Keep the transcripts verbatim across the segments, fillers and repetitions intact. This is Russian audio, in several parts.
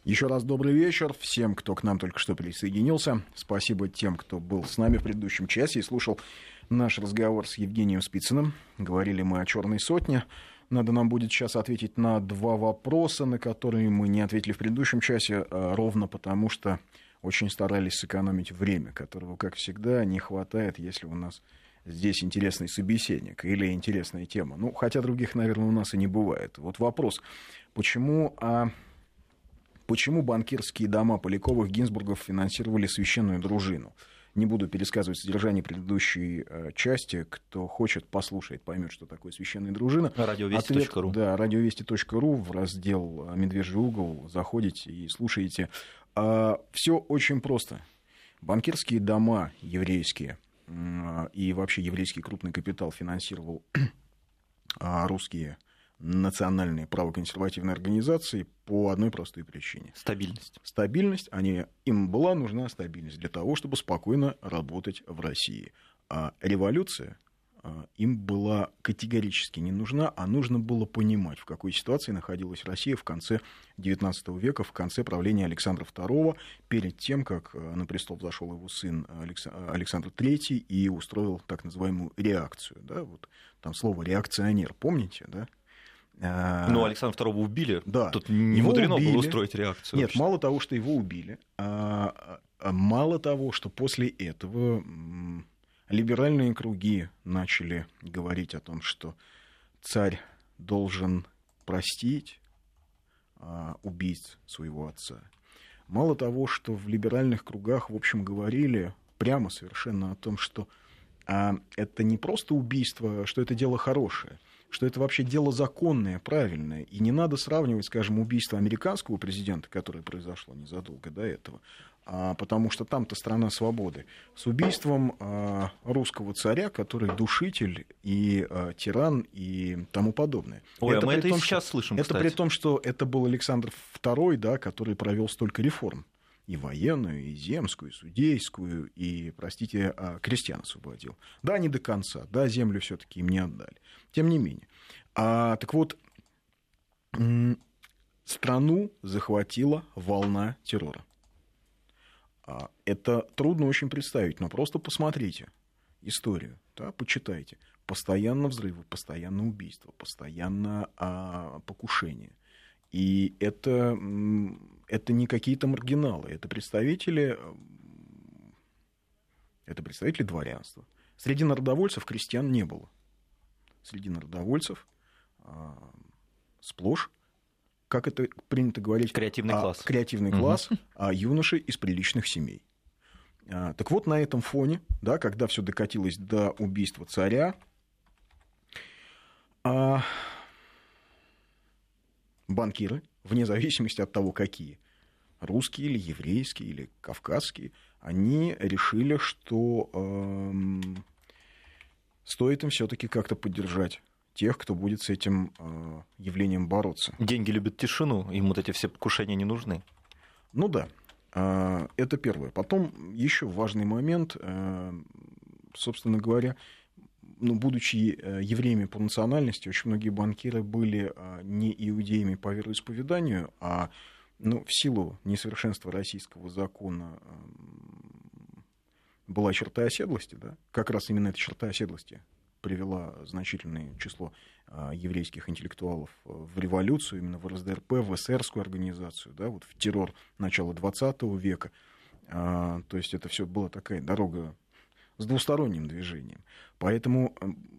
Еще раз добрый вечер всем, кто к нам только что присоединился. Спасибо тем, кто был с нами в предыдущем часе и слушал наш разговор с Евгением Спицыным. Говорили мы о «Черной сотне». Надо нам будет сейчас ответить на два вопроса, на которые мы не ответили в предыдущем часе, ровно потому что очень старались сэкономить время, которого, как всегда, не хватает, если у нас здесь интересный собеседник или интересная тема. Ну, хотя других, наверное, у нас и не бывает. Вот вопрос, почему... А... Почему банкирские дома Поляковых, Гинзбургов финансировали священную дружину? Не буду пересказывать содержание предыдущей э, части. Кто хочет, послушает, поймет, что такое священная дружина. радиовести точка ру. Да, радиовести точка ру, в раздел «Медвежий угол» заходите и слушаете. А, все очень просто. Банкирские дома еврейские э, и вообще еврейский крупный капитал финансировал э, русские национальные правоконсервативные организации по одной простой причине. Стабильность. Стабильность. Они, им была нужна стабильность для того, чтобы спокойно работать в России. А революция а, им была категорически не нужна, а нужно было понимать, в какой ситуации находилась Россия в конце девятнадцатого века, в конце правления Александра второго, перед тем, как на престол взошел его сын Александр третий и устроил так называемую реакцию. Да? Вот, там слово «реакционер», помните, да? Ну, Александра второго убили, да. Тут не его мудрено убили. было устроить реакцию. Нет, вообще. мало того, что его убили, а, а мало того, что после этого м, либеральные круги начали говорить о том, что царь должен простить а, убийц своего отца. Мало того, что в либеральных кругах, в общем, говорили прямо совершенно о том, что а, это не просто убийство, что это дело хорошее, что это вообще дело законное, правильное. И не надо сравнивать, скажем, убийство американского президента, которое произошло незадолго до этого, а, потому что там-то страна свободы, с убийством а, русского царя, который душитель и а, тиран и тому подобное. Ой, это а мы это том, и сейчас что, слышим, Это кстати. при том, что это был Александр второй, да, который провел столько реформ. И военную, и земскую, и судейскую, и, простите, крестьян освободил. Да, не до конца, да, землю все-таки им не отдали. Тем не менее. А, так вот, страну захватила волна террора. А, это трудно очень представить, но просто посмотрите историю, да, почитайте. Постоянно взрывы, постоянно убийства, постоянно а, покушения. И это, это не какие-то маргиналы, это представители, это представители дворянства. Среди народовольцев крестьян не было. Среди народовольцев а, сплошь, как это принято говорить, креативный а, класс, креативный угу. класс а, юноши из приличных семей. А, так вот, на этом фоне, да, когда все докатилось до убийства царя, а, банкиры, вне зависимости от того, какие, русские или еврейские, или кавказские, они решили, что э, стоит им все-таки как-то поддержать тех, кто будет с этим э, явлением бороться. Деньги любят тишину, им вот эти все покушения не нужны. Ну да, э, это первое. Потом еще важный момент, э, собственно говоря, ну, будучи евреями по национальности, очень многие банкиры были не иудеями по вероисповеданию, а ну, в силу несовершенства российского закона была черта оседлости. Да? Как раз именно эта черта оседлости привела значительное число еврейских интеллектуалов в революцию, именно в эр эс дэ эр пэ, в эсерскую организацию, да, вот в террор начала двадцатого века. То есть это все была такая дорога с двусторонним движением. Поэтому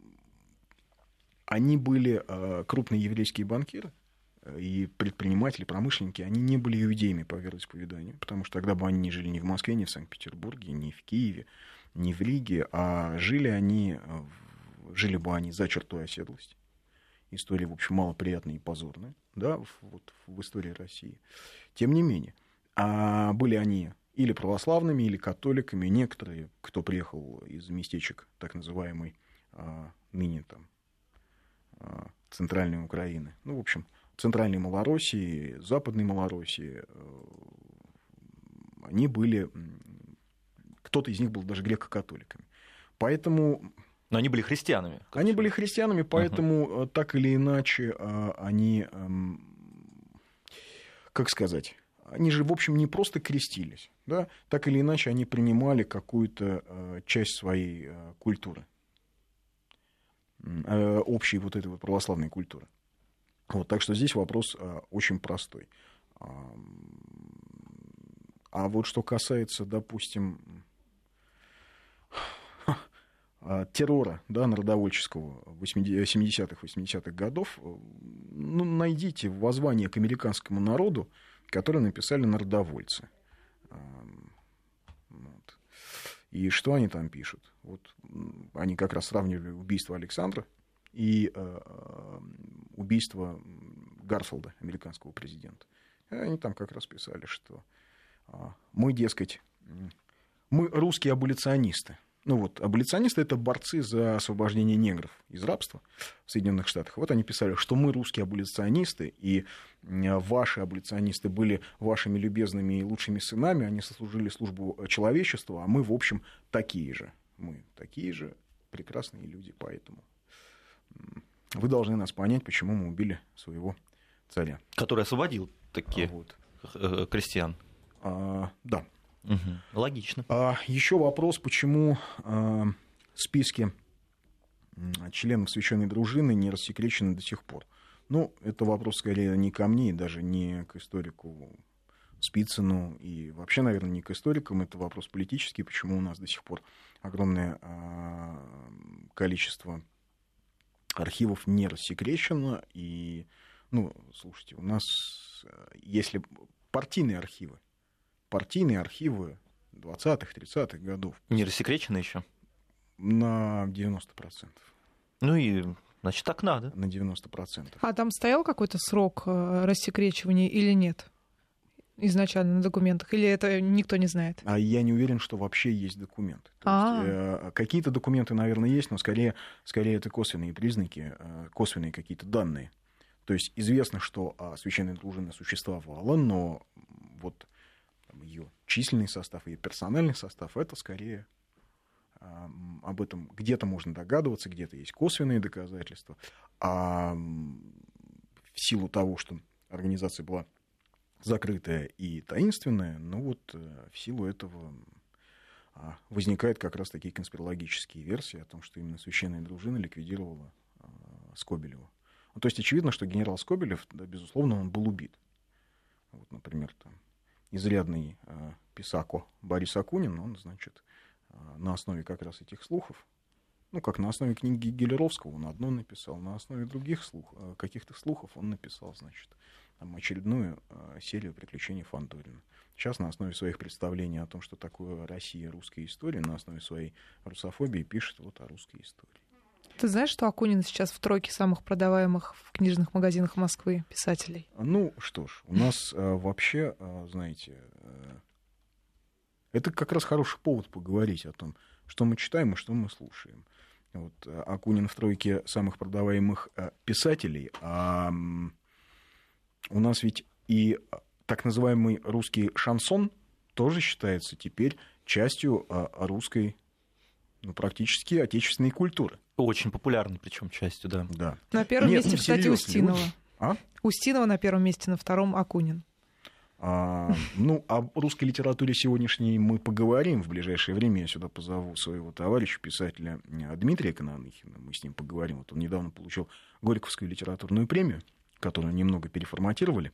они были, крупные еврейские банкиры и предприниматели, промышленники, они не были иудеями по вероисповеданию, потому что тогда бы они не жили ни в Москве, ни в Санкт-Петербурге, ни в Киеве, ни в Риге, а жили они, жили бы они за чертой оседлости. История, в общем, малоприятная и позорная, да, вот в истории России. Тем не менее, а были они или православными, или католиками. Некоторые, кто приехал из местечек так называемой а, ныне там, а, центральной Украины, ну, в общем, центральной Малороссии, западной Малороссии, они были, кто-то из них был даже греко-католиками. Поэтому... Но они были христианами. Они были христианами, поэтому uh-huh. так или иначе они, как сказать, они же, в общем, не просто крестились, да, так или иначе они принимали какую-то часть своей культуры, общей вот этой вот православной культуры. Вот, так что здесь вопрос очень простой. А вот что касается, допустим, террора, да, народовольческого семидесятых, восьмидесятых годов, ну, найдите воззвание к американскому народу, которое написали народовольцы. Вот. И что они там пишут? Вот они как раз сравнивали убийство Александра и убийство Гарфилда, американского президента. И они там как раз писали, что мы, дескать, мы русские аболиционисты. Ну вот, аболиционисты — это борцы за освобождение негров из рабства в Соединенных Штатах. Вот они писали, что мы русские аболиционисты, и ваши аболиционисты были вашими любезными и лучшими сынами, они сослужили службу человечеству, а мы, в общем, такие же. Мы такие же прекрасные люди, поэтому вы должны нас понять, почему мы убили своего царя. Который освободил такие вот. крестьян. А, да. Угу. Логично. А, еще вопрос, почему а, списки членов священной дружины не рассекречены до сих пор. Ну, это вопрос скорее не ко мне, и даже не к историку Спицыну, и вообще, наверное, не к историкам. Это вопрос политический, почему у нас до сих пор огромное а, количество архивов не рассекречено. И, ну, слушайте, у нас, если партийные архивы, партийные архивы двадцатых, тридцатых годов. Не рассекречены еще? На девяносто процентов. Ну и, значит, так надо. На девяносто процентов. А там стоял какой-то срок рассекречивания или нет? Изначально на документах? Или это никто не знает? А я не уверен, что вообще есть документы. То есть, э, какие-то документы, наверное, есть, но скорее, скорее это косвенные признаки, э, косвенные какие-то данные. То есть известно, что а, священная дружина существовала, но вот ее численный состав, ее персональный состав, это скорее а, об этом где-то можно догадываться, где-то есть косвенные доказательства. А в силу того, что организация была закрытая и таинственная, ну вот в силу этого возникают как раз такие конспирологические версии о том, что именно священная дружина ликвидировала а, Скобелева. Ну, то есть очевидно, что генерал Скобелев, да, безусловно, он был убит. Вот, например, там изрядный э, писако Борис Акунин, он, значит, э, на основе как раз этих слухов, ну, как на основе книги Гелеровского, он одно написал, на основе других слух, э, каких-то слухов он написал, значит, там, очередную э, серию приключений Фандорина. Сейчас на основе своих представлений о том, что такое Россия, русская история, на основе своей русофобии пишет вот о русской истории. Ты знаешь, что Акунин сейчас в тройке самых продаваемых в книжных магазинах Москвы писателей? Ну, что ж, у нас э, вообще, э, знаете, э, это как раз хороший повод поговорить о том, что мы читаем и что мы слушаем. Вот, э, Акунин в тройке самых продаваемых э, писателей, а э, у нас ведь и так называемый русский шансон тоже считается теперь частью э, русской, ну, практически отечественной культуры. Очень популярной, причем частью, да. Да. На первом Нет, месте, ну, кстати, серьезно, Устинова. люди... А? Устинова на первом месте, на втором Акунин. А, ну, о русской литературе сегодняшней мы поговорим. В ближайшее время я сюда позову своего товарища, писателя Дмитрия Кононыхина. Мы с ним поговорим. Вот он недавно получил Горьковскую литературную премию, которую немного переформатировали.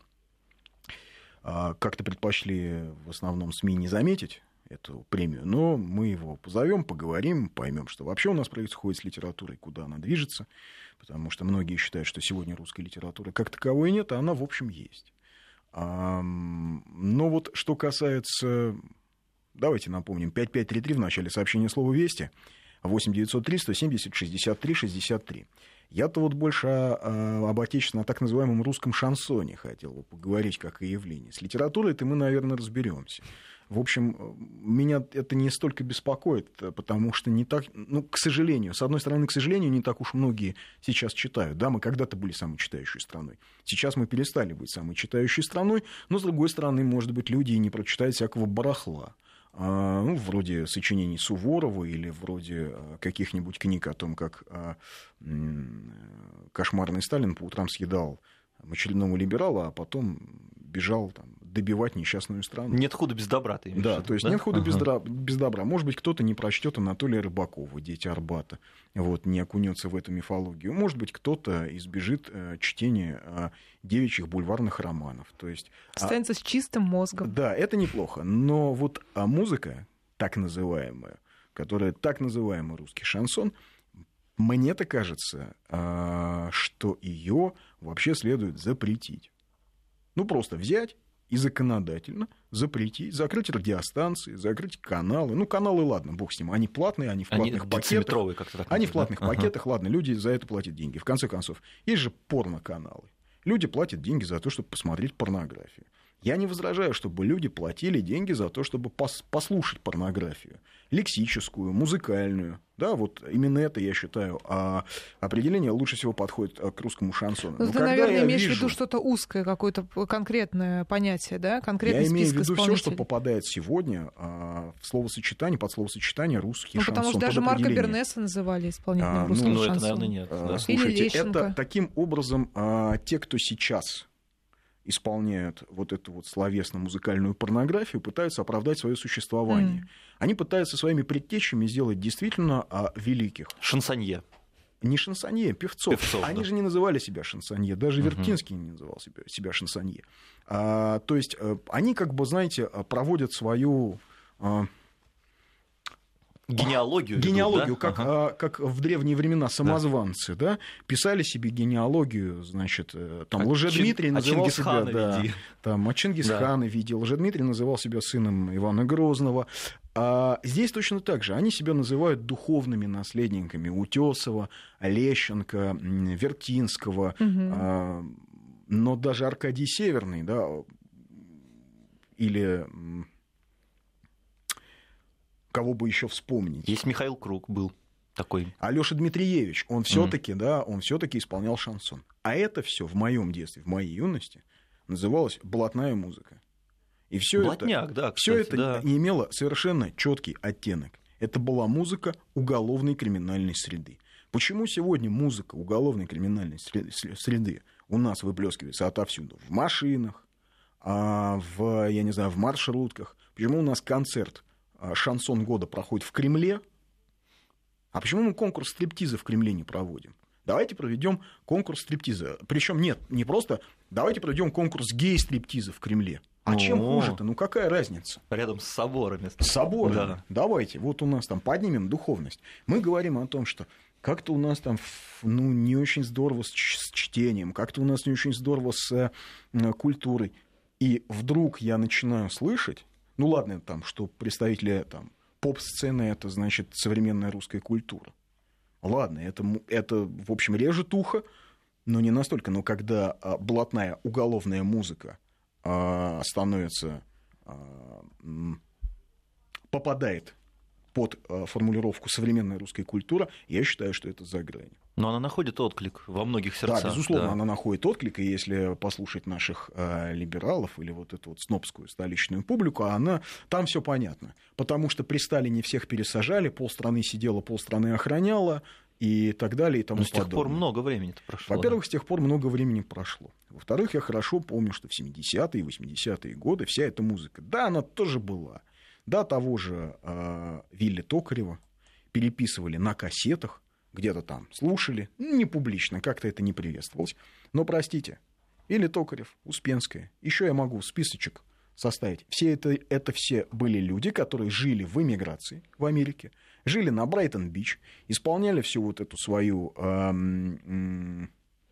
А, как-то предпочли в основном СМИ не заметить эту премию, но мы его позовем, поговорим, поймем, что вообще у нас происходит с литературой, куда она движется, потому что многие считают, что сегодня русской литературы как таковой нет, а она, в общем, есть. А, но вот что касается, давайте напомним, пять пять три три в начале сообщения слова «Вести», восемь девятьсот три сто семьдесят шестьдесят три шестьдесят три. Я-то вот больше о, об отечественном, о так называемом русском шансоне хотел бы поговорить, как о явлении. С литературой-то мы, наверное, разберемся. В общем, меня это не столько беспокоит, потому что не так, ну, к сожалению, с одной стороны, к сожалению, не так уж многие сейчас читают. Да, мы когда-то были самой читающей страной. Сейчас мы перестали быть самой читающей страной, но, с другой стороны, может быть, люди и не прочитают всякого барахла. Ну, вроде сочинений Суворова или вроде каких-нибудь книг о том, как кошмарный Сталин по утрам съедал очередному либералу, а потом бежал там добивать несчастную страну. Нет худа без добра, ты имеешь Да, в виду, то есть да? нет худа Ага. без, дра- без добра. Может быть, кто-то не прочтет Анатолия Рыбакова «Дети Арбата», вот, не окунется в эту мифологию. Может быть, кто-то избежит э, чтения э, девичьих бульварных романов. То есть, а, Останется с чистым мозгом. да, это неплохо. Но вот а музыка, так называемая, которая так называемый русский шансон, мне-то кажется, а, что ее вообще следует запретить. Ну, просто взять и законодательно запретить, закрыть радиостанции, закрыть каналы. Ну, каналы, ладно, бог с ним, они платные, они в Они платных пакетах. дециметровые, как-то так Они в называют, платных да? Ага. пакетах, ладно, люди за это платят деньги. В конце концов, есть же порноканалы. Люди платят деньги за то, чтобы посмотреть порнографию. Я не возражаю, чтобы люди платили деньги за то, чтобы пос- послушать порнографию. Лексическую, музыкальную. Да, вот именно это, я считаю, а, определение лучше всего подходит а, к русскому шансону. Ну, Но ты, когда наверное, я имеешь в вижу- виду что-то узкое, какое-то конкретное понятие, да? Конкретный Я имею в список виду все, что исполнителей. попадает сегодня а, в словосочетание, под словосочетание русский Ну, шансон. потому что под даже Марка определение. Бернеса называли исполнителем А, ну, русского Ну, это, шансона. наверное, нет. А, да. Слушайте, Лещенко. это таким образом а, те, кто сейчас исполняют вот эту вот словесно-музыкальную порнографию, пытаются оправдать свое существование. М. Они пытаются своими предтечами сделать действительно а, великих. Шансонье. Не шансонье, певцов. Певцов, Они да. же не называли себя шансонье. Даже Мгм. Вертинский не называл себя, себя шансонье. А, то есть э, они, как бы, знаете, а, проводят свою... а, Генеалогию. ведут, Генеалогию, да? как, Ага. а, как в древние времена самозванцы, да. Писали себе генеалогию, значит, э, там А Лжедмитрий Чин- а называл себя, Чингисхана да, веди. там, а Чингисхана видел, Лжедмитрий называл себя сыном Ивана Грозного. А здесь точно так же, они себя называют духовными наследниками Утесова, Лещенко, м, Вертинского, Мгм. а, но даже Аркадий Северный, да, или... м, кого бы еще вспомнить? Есть Михаил Круг был такой. Алёша Дмитриевич, он все-таки, да, он все-таки исполнял шансон. А это все в моем детстве, в моей юности называлось блатная музыка. И все это, Блатняк, да, все кстати, это да. имело совершенно четкий оттенок. Это была музыка уголовной криминальной среды. Почему сегодня музыка уголовной криминальной среды у нас выплескивается отовсюду? В машинах, а, в, я не знаю, в маршрутках. Почему у нас концерт а, «Шансон года» проходит в Кремле? А почему мы конкурс стриптиза в Кремле не проводим? Давайте проведем конкурс стриптиза. Причем нет, не просто давайте проведем конкурс гей-стриптиза в Кремле. А О. чем хуже-то? Ну какая разница? Рядом с соборами. Соборы. Да. Давайте, вот у нас там поднимем духовность. Мы говорим о том, что как-то у нас там ну, не очень здорово с, ч- с чтением, как-то у нас не очень здорово с э, культурой. И вдруг я начинаю слышать, ну ладно, там, что представители там, поп-сцены это значит современная русская культура. Ладно, это, м- это, в общем, режет ухо, но не настолько. Но когда а, блатная уголовная музыка а, становится, а, м, попадает под а, формулировку современная русская культура, я считаю, что это за гранью. Но она находит отклик во многих сердцах. Да, безусловно, да. она находит отклик, и если послушать наших э, либералов или вот эту вот снобскую столичную публику, она, там все понятно. Потому что при Сталине всех пересажали, полстраны сидела, полстраны охраняла и так далее и тому Но с тех подобное. пор много времени прошло. Во-первых, с тех пор много времени прошло. Во-вторых, я хорошо помню, что в семидесятые и восьмидесятые годы вся эта музыка, да, она тоже была. Да, того же э, Вилли Токарева переписывали на кассетах, где-то там слушали, не публично, как-то это не приветствовалось. Но, простите, или Токарев, Успенская, еще я могу списочек составить. Все это, это все были люди, которые жили в эмиграции в Америке, жили на Брайтон-Бич, исполняли всю вот эту свою, эм, м,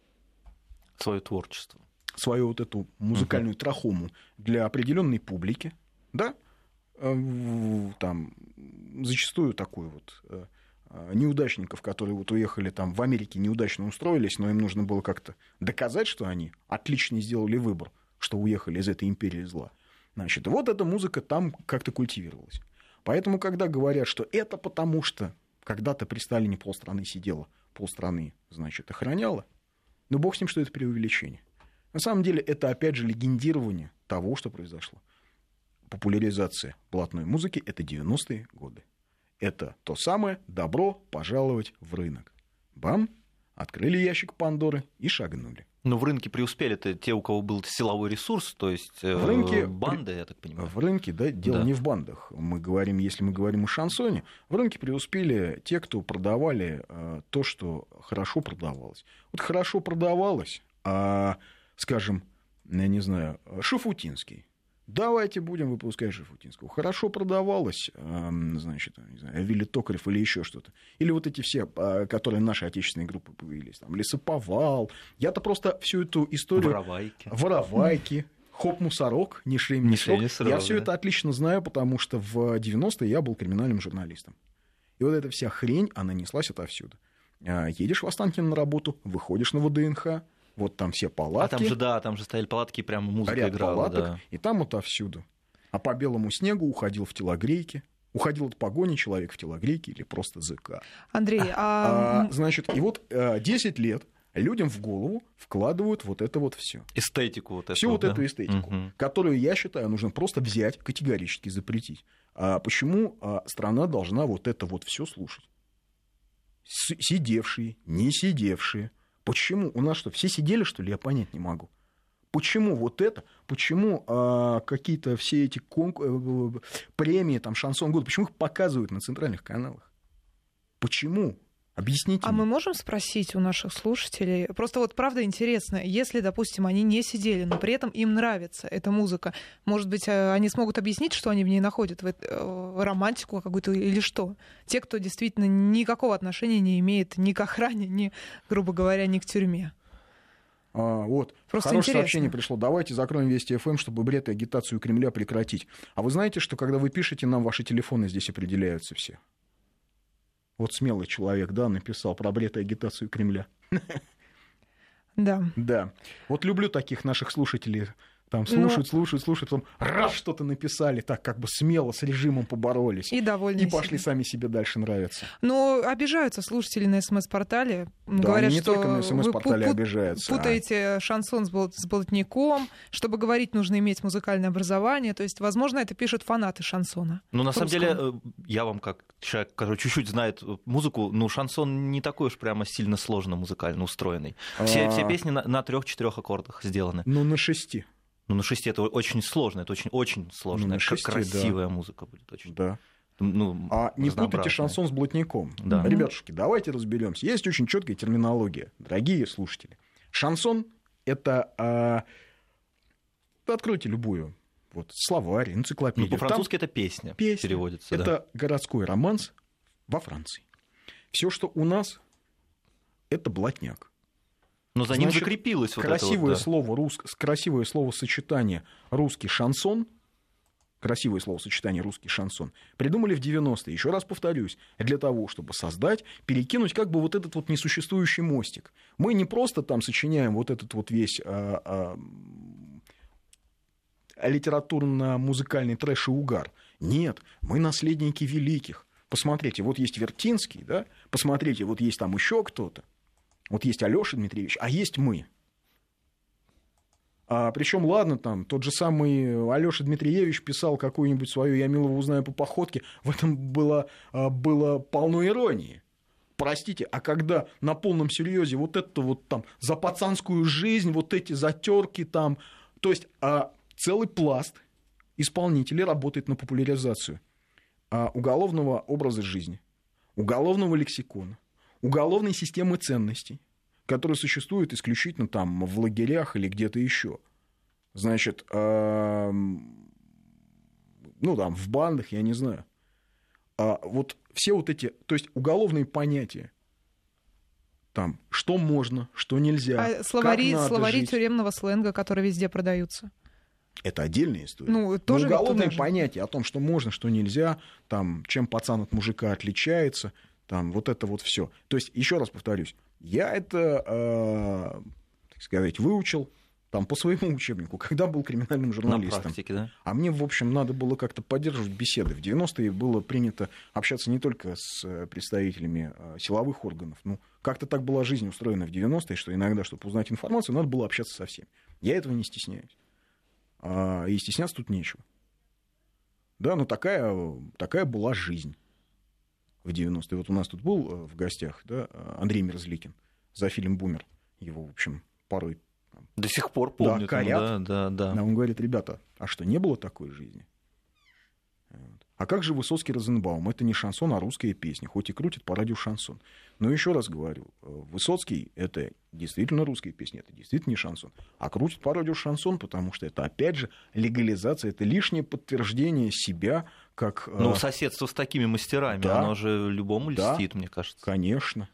Свое творчество. свою вот эту музыкальную трахому для определенной публики, да, э, в- там зачастую такой вот э, неудачников, которые вот уехали там в Америке, неудачно устроились, но им нужно было как-то доказать, что они отлично сделали выбор, что уехали из этой империи зла. Значит, вот эта музыка там как-то культивировалась. Поэтому, когда говорят, что это потому что когда-то при Сталине полстраны сидела, полстраны, значит, охраняла, ну, бог с ним, что это преувеличение. На самом деле, это, опять же, легендирование того, что произошло. Популяризация блатной музыки – это девяностые годы. Это то самое «добро пожаловать в рынок». Бам! Открыли ящик Пандоры и шагнули. Но в рынке преуспели это те, у кого был силовой ресурс, то есть В рынке банды, я так понимаю. В рынке, да, дело Да. не в бандах. Мы говорим, если мы говорим о шансоне, в рынке преуспели те, кто продавали э, то, что хорошо продавалось. Вот хорошо продавалось, а, скажем, я не знаю, Шафутинский. Давайте будем выпускать Шафутинского. Хорошо продавалось, э, значит, не знаю, Вилли Токарев или еще что-то. Или вот эти все, э, которые наши отечественные группы появились. Там, Лесоповал. Я-то просто всю эту историю... Воровайки. Воровайки. Хоп-мусорок, ни шеем, ни Ни шеем, срок. ни срок, Я все да. это отлично знаю, потому что в девяностые я был криминальным журналистом. И вот эта вся хрень, она неслась отовсюду. А, Едешь в Останкино на работу, выходишь на ВДНХ, вот там все А палатки, там же, да, там же стояли палатки, прямо музыка ряд играла. палаток, Да. и там отовсюду. А по белому снегу уходил в телогрейке. Уходил от погони человек в телогрейке или просто ЗК. Андрей, а... А, значит, и вот а, десять лет людям в голову вкладывают вот это вот все. Эстетику вот эту. Всю вот да? эту эстетику, Мгм. которую, я считаю, нужно просто взять, категорически запретить. А почему а, страна должна вот это вот все слушать? С- сидевшие, не сидевшие. Почему? У нас что, все сидели, что ли? Я понять не могу. Почему вот это? Почему а, какие-то все эти конк- э, премии, там, шансон года, почему их показывают на центральных каналах? Почему? Объясните А мне. мы можем спросить у наших слушателей? Просто вот правда интересно, если, допустим, они не сидели, но при этом им нравится эта музыка, может быть, э, они смогут объяснить, что они в ней находят, в эт- э, романтику какую-то или что? Те, кто действительно никакого отношения не имеет ни к охране, ни, грубо говоря, ни к тюрьме. А, вот, Просто хорошее интересно. сообщение пришло. Давайте закроем Вести ФМ, чтобы бред и агитацию Кремля прекратить. А вы знаете, что когда вы пишете, нам ваши телефоны здесь определяются все? Вот смелый человек, да, написал про бред и агитацию Кремля. Да. Да. Вот люблю таких наших слушателей. Там слушают, слушают, слушают, потом раз что-то написали, так как бы смело с режимом поборолись. И довольны И пошли себе. сами себе дальше нравиться. Но обижаются слушатели на СМС-портале. Да, Говорят, они не что только на вы СМС-портале пу- пу- обижаются. а- путаете шансон с бол- с болотником. Чтобы говорить, нужно иметь музыкальное образование. То есть, возможно, это пишут фанаты шансона. Ну, на самом деле, Русского. э, я вам, как человек, который чуть-чуть знает музыку, ну, шансон не такой уж прямо сильно сложно музыкально устроенный. Все, А. все песни на, на трех-четырех аккордах сделаны. Ну, на шести. Ну, на шести это очень сложно, это очень-очень сложная, на к- шести, красивая музыка будет. Очень, Да. ну, А не путайте разнообразная. шансон с блатником. Да. Ребятушки, давайте разберемся. Есть очень четкая терминология, дорогие слушатели. Шансон — это... а, вы откройте любую вот, словарь, Ну, энциклопедию. по-французски это песня, песня. переводится. Это да. городской романс во Франции. Все, что у нас, это блатняк. Но за ним Значит, закрепилось вот это красивое вот, да. слово, рус... красивое словосочетание «русский шансон», красивое словосочетание «русский шансон» придумали в девяностые, еще раз повторюсь, для того, чтобы создать, перекинуть как бы вот этот вот несуществующий мостик. Мы не просто там сочиняем вот этот вот весь а, а, литературно-музыкальный трэш и угар. Нет, мы наследники великих. Посмотрите, вот есть Вертинский, да? Посмотрите, вот есть там еще кто-то. Вот есть Алёша Дмитриевич, а есть мы. А, причем, ладно, там, тот же самый Алёша Дмитриевич писал какую-нибудь свою «Я милого узнаю по походке». В этом было, было полно иронии. Простите, а когда на полном серьезе вот это вот там за пацанскую жизнь, вот эти затерки там, то есть а, целый пласт исполнителей работает на популяризацию а, уголовного образа жизни, уголовного лексикона, уголовной системы ценностей, которые существуют исключительно там в лагерях или где-то еще. Значит, э, ну там в бандах, я не знаю. А вот все вот эти, то есть уголовные понятия, там, что можно, что нельзя, А словари, как надо словари жить. тюремного сленга, которые везде продаются. Это отдельная история. Ну, тоже ведь уголовные туда же. понятия о том, что можно, что нельзя, там, чем пацан от мужика отличается, там, вот это вот все. То есть, еще раз повторюсь, я это, э, так сказать, выучил там, по своему учебнику, когда был криминальным На журналистом. практике, да? А мне, в общем, надо было как-то поддерживать беседы. В девяностые было принято общаться не только с представителями э, силовых органов. Ну, как-то так была жизнь устроена в девяностые, что иногда, чтобы узнать информацию, надо было общаться со всеми. Я этого не стесняюсь. А, и стесняться тут нечего. Да, ну такая, такая была жизнь в девяностые. Вот у нас тут был в гостях, да, Андрей Мерзликин за фильм «Бумер». Его, в общем, порой До сих пор помню. Да, корят. Там, да, да, да. А он говорит, ребята, а что, не было такой жизни? Вот. А как же Высоцкий, Розенбаум? Это не шансон, а русская песня, хоть и крутит по радио шансон. Но еще раз говорю, Высоцкий — это действительно русская песня, это действительно не шансон. А крутит по радио шансон, потому что это, опять же, легализация, это лишнее подтверждение себя как... Ну, соседство с такими мастерами, да, оно же любому да, льстит, мне кажется. Конечно.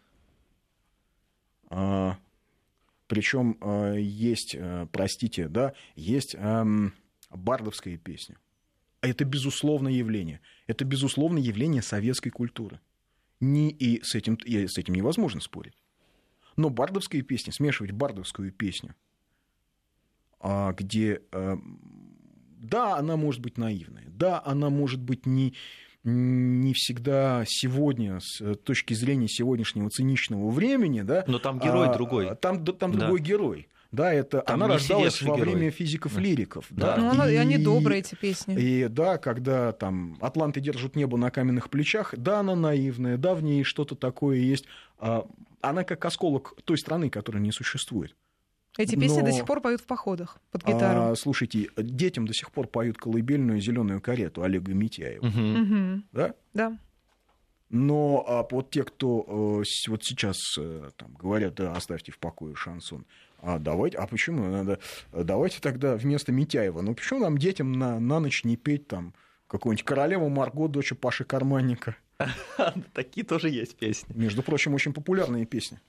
А, причем а, есть, а, простите, да, есть а, бардовская песня. Это безусловное явление. Это безусловное явление советской культуры. Не, и с этим, и с этим невозможно спорить. Но бардовская песня, смешивать бардовскую песню, а, где, а, да, она может быть наивная, да, она может быть не, не всегда сегодня, с точки зрения сегодняшнего циничного времени, да, но там герой а, другой. Там, там да. другой герой. Да, это там она рождалась во герой. время физиков-лириков. Да. Да. Ну, она, и, и они добрые, эти песни. И да, когда там атланты держат небо на каменных плечах, да, она наивная, да, в ней что-то такое есть. Она как осколок той страны, которая не существует. Эти песни Но, до сих пор поют в походах под гитару. А, слушайте, детям до сих пор поют колыбельную «Зеленую карету» Олега Митяева. Угу. Угу. Да? Да. Но а, вот те, кто э, вот сейчас э, там, говорят, да, оставьте в покое шансон, а давайте, а почему надо, давайте тогда вместо Митяева, ну почему нам детям на, на ночь не петь там какую-нибудь «Королеву Марго», дочь Паши Карманника? Такие тоже есть песни. Между прочим, очень популярные песни.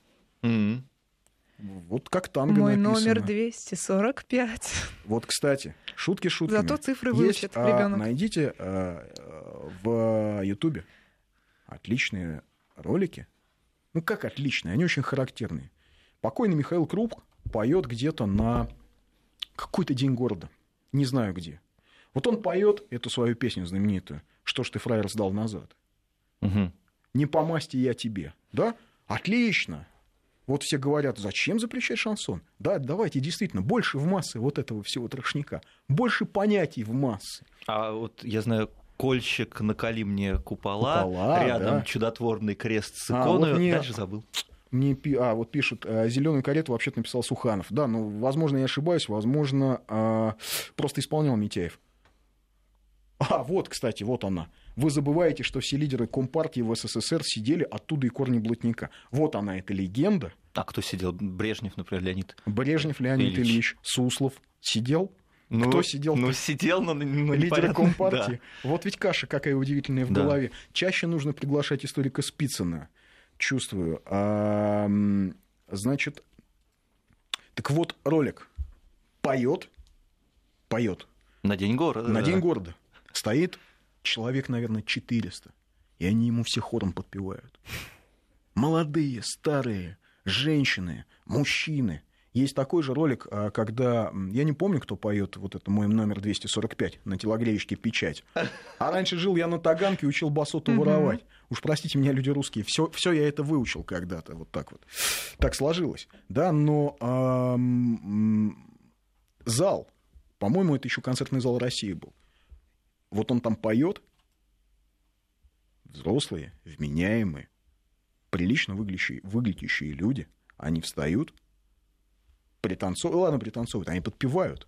Вот как танго Мой написано. номер двести сорок пять. Вот, кстати, шутки шутками. Зато цифры выучит а, ребенок. Найдите а, в Ютубе отличные ролики. Ну, как отличные? Они очень характерные. Покойный Михаил Круг поет где-то на какой-то день города. Не знаю где. Вот он поет эту свою песню знаменитую «Что ж ты, фраер, сдал назад?» Угу. «Не по масти я тебе». Да? Отлично. Вот все говорят, зачем запрещать шансон? Да, давайте действительно больше в массы вот этого всего трошняка. Больше понятий в массы. А вот я знаю... «Кольщик, наколи мне купола», купола рядом да. «Чудотворный крест с А, иконой». вот мне... Дальше забыл. Мне, а, вот пишут, «Зеленую карету» вообще-то написал Суханов. Да, ну, возможно, я ошибаюсь, возможно, а, просто исполнял Митяев. А, вот, кстати, вот она. Вы забываете, что все лидеры Компартии в СССР сидели, оттуда и корни блатника. Вот она, эта легенда. А кто сидел? Брежнев, например, Леонид? Брежнев Леонид Ильич, Ильич. Суслов сидел. Ну, Кто сидел? Ну, сидел, но, но лидеры Компартии. Да. Вот ведь каша какая удивительная в да. голове. Чаще нужно приглашать историка Спицына, чувствую. А, значит, так вот, ролик поет, поет. На День города. На да. День города. Стоит человек, наверное, четыреста. И они ему все хором подпевают. Молодые, старые, женщины, мужчины. Есть такой же ролик, когда, я не помню, кто поет вот это «Мой номер двести сорок пять» на телогреечке «Печать». А раньше жил я на Таганке, учил басоту воровать. Уж простите меня, люди русские, все, все я это выучил когда-то, вот так вот. Так сложилось. Да, но эм, зал, по-моему, это еще концертный зал России был. Вот он там поет, взрослые, вменяемые, прилично выглядящие, выглядящие люди, они встают, пританцовывают, ладно, пританцовывают, они подпевают.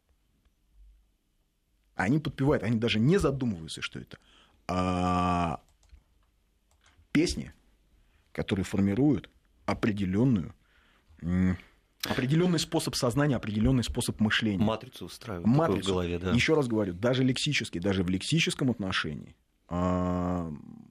Они подпевают, они даже не задумываются, что это. А песни, которые формируют определенную, определенный способ сознания, определенный способ мышления. Матрицу устраивают Матрицу. В голове, да. Еще раз говорю, даже лексически, даже в лексическом отношении а,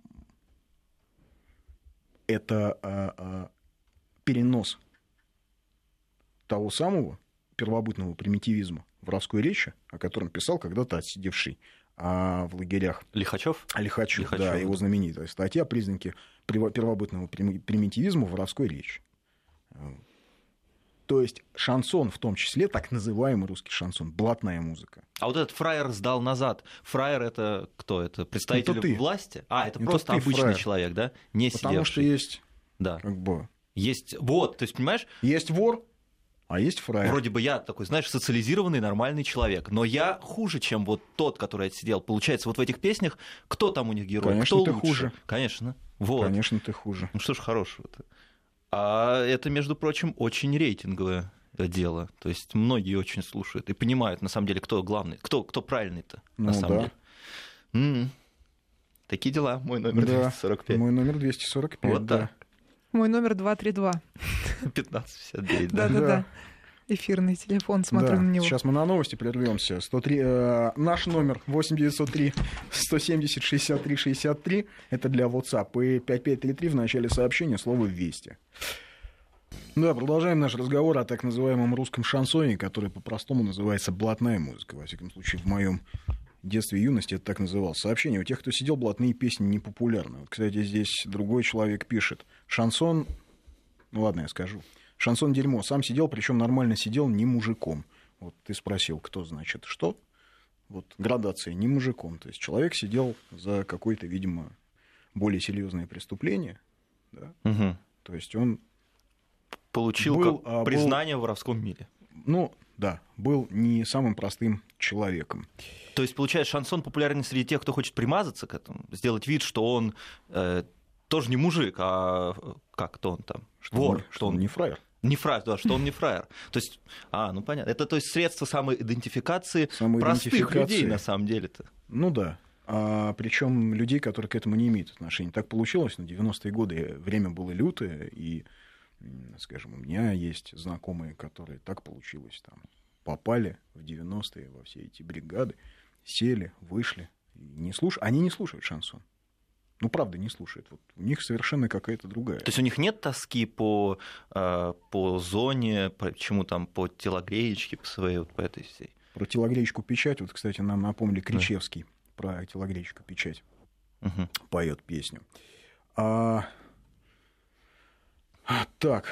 это а, а, перенос того самого первобытного примитивизма воровской речи, о котором писал когда-то отсидевший а, в лагерях Лихачев? Лихачев, Лихачев, да, да. его знаменитая статья «Признаки первобытного примитивизма в воровской речи». То есть шансон, в том числе так называемый русский шансон, блатная музыка. А вот этот фраер сдал назад. Фраер — это кто? Это представитель это власти? А, это, это просто ты, обычный фраер. человек, да? Не Потому сидевший. что есть, да. как бы... Есть, вот, то есть, понимаешь? Есть вор, а есть фраер. Вроде бы я такой, знаешь, социализированный нормальный человек, но я хуже, чем вот тот, который отсидел. Получается, вот в этих песнях кто там у них герой? Конечно, кто ты лучше? хуже. Конечно. Вот. Конечно, ты хуже. Ну что ж хорошего-то. А это, между прочим, очень рейтинговая дело. То есть многие очень слушают и понимают, на самом деле, кто главный, кто, кто правильный-то, Ну, на самом да. деле. М-м. Такие дела. Мой номер Да, двести сорок пять. Мой номер двести сорок пять, Вот да. так. Мой номер два три два. пятнадцать шестьдесят девять, да. Да-да-да. Да. Эфирный телефон, смотрю Да. на него. Сейчас мы на новости прервемся. сто три, э, наш номер восемь девятьсот три сто семьдесят шестьдесят три шестьдесят три. Это для WhatsApp. И пять пять три три в начале сообщения слово «Вести». Да, продолжаем наш разговор о так называемом русском шансоне, который по-простому называется блатная музыка. Во всяком случае, в моем детстве и юности это так называлось. Сообщение: у тех, кто сидел, блатные песни не популярны. Вот, кстати, здесь другой человек пишет: шансон... Ну ладно, я скажу. Шансон дерьмо. Сам сидел, причем нормально сидел, не мужиком. Вот ты спросил, кто значит что? Вот градация, не мужиком. То есть человек сидел за какое-то, видимо, более серьезное преступление. Да? Угу. То есть он... Получил Был, как а, был- признание в воровском мире. Ну, да, был не самым простым человеком. То есть, получается, шансон популярен среди тех, кто хочет примазаться к этому, сделать вид, что он э, тоже не мужик, а э, как, кто он там? Что Вор. он, что он не фраер. Не фраер, да, что он не фраер. То есть, а, ну понятно. Это то есть средство самоидентификации простых Самоидентификации. людей на самом деле-то. Ну да. А, причем людей, которые к этому не имеют отношения. Так получилось, на девяностые годы время было лютое, и, м, скажем, у меня есть знакомые, которые так получилось, там, попали в девяностые во все эти бригады, сели, вышли, и не слуш... они не слушают шансон. Ну, правда, не слушают. Вот у них совершенно какая-то другая. То есть у них нет тоски по, э, по зоне, почему там по телогреечке, по своей, вот по этой всей. Про телогречку печать, вот, кстати, нам напомнили Кричевский, да. Про телогречку печать Угу. поет песню. А... Так,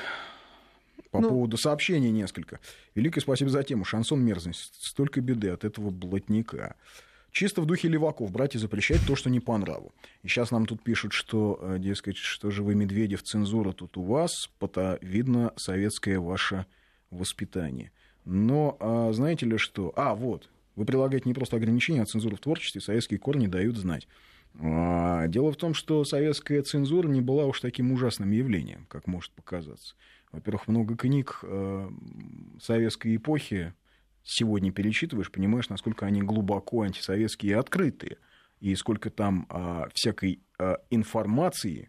по Ну... поводу сообщений несколько. Великое спасибо за тему. Шансон — мерзость. Столько беды от этого блатника. Чисто в духе леваков брать и запрещать то, что не по нраву. И сейчас нам тут пишут, что, дескать, что же вы, Медведев, цензура тут у вас, потому видно советское ваше воспитание. Но знаете ли что? А, вот, вы прилагаете не просто ограничения, а цензуру в творчестве, советские корни дают знать. Дело в том, что советская цензура не была уж таким ужасным явлением, как может показаться. Во-первых, много книг советской эпохи сегодня перечитываешь, понимаешь, насколько они глубоко антисоветские и открытые, и сколько там а, всякой а, информации,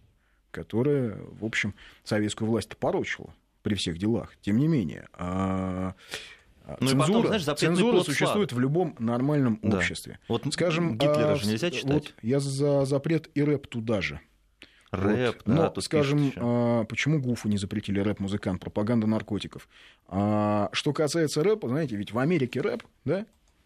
которая, в общем, советскую власть порочила при всех делах. Тем не менее, а, ну цензура, потом, знаешь, цензура существует в любом нормальном да. обществе. Вот скажем, Гитлера а, же нельзя читать. Вот я за запрет и рэп туда же. Рэп, вот. да, Но, тут скажем, а, почему ГУФу не запретили рэп-музыкант, пропаганда наркотиков? А, что касается рэпа, знаете, ведь в Америке рэп, да,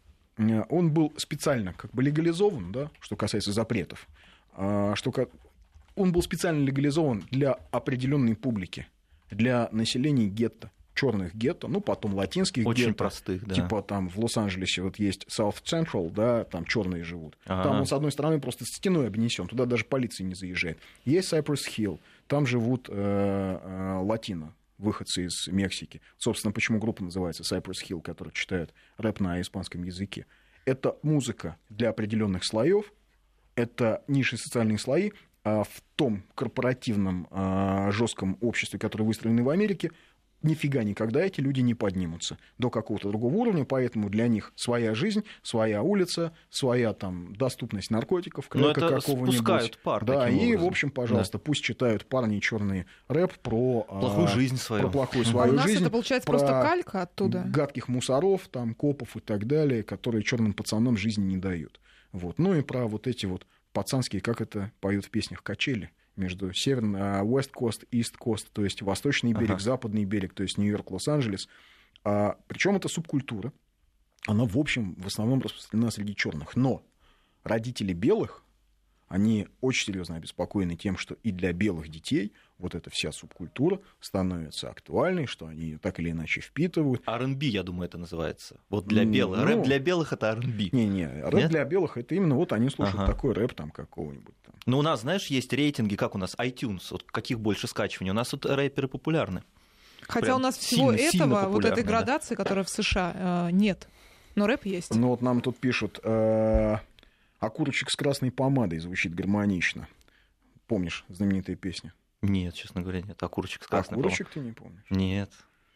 он был специально как бы легализован, да, что касается запретов, а, что он был специально легализован для определенной публики, для населения гетто, черных гетто, ну, потом латинских очень гетто. простых, да. Типа там в Лос-Анджелесе вот есть South Central, да, там черные живут. Ага. Там он, с одной стороны, просто стеной обнесен, туда даже полиция не заезжает. Есть Cypress Hill, там живут э, э, латино, выходцы из Мексики. Собственно, почему группа называется Cypress Hill, которая читает рэп на испанском языке. Это музыка для определенных слоев, это низшие социальные слои, а в том корпоративном э, жестком обществе, которое выстроено в Америке, нифига никогда эти люди не поднимутся до какого-то другого уровня, поэтому для них своя жизнь, своя улица, своя там доступность наркотиков, крэка какого-нибудь. Спускают пар. Да, и, образом. в общем, пожалуйста, да. Пусть читают парни черный рэп про... Плохую а, жизнь свою. Про плохую а свою у нас жизнь. это, получается, про просто калька оттуда? Гадких мусоров, там, копов и так далее, которые черным пацанам жизни не дают. Вот. Ну и про вот эти вот пацанские, как это поют в песнях, качели. Между северным, West Coast, East Coast, то есть восточный берег, ага. западный берег, то есть Нью-Йорк, Лос-Анджелес. А, причем это субкультура, она, в общем, в основном распространена среди черных. Но родители белых, они очень серьезно обеспокоены тем, что и для белых детей вот эта вся субкультура становится актуальной, что они ее так или иначе впитывают. ар энд би, я думаю, это называется. Вот для белых. Ну, рэп для белых — это ар энд би. Не-не, рэп Нет? для белых — это именно вот они слушают ага. такой рэп там какого-нибудь там. Ну, у нас, знаешь, есть рейтинги, как у нас, iTunes, вот каких больше скачиваний. У нас вот рэперы популярны. Хотя Прям у нас всего сильно, этого, сильно вот этой да. градации, которая в США, нет. Но рэп есть. Ну вот нам тут пишут, э, окурочек с красной помадой звучит гармонично. Помнишь знаменитая песня? Нет, честно говоря, нет. Окурочек с красной помадой. Окурочек ты не помнишь? Нет.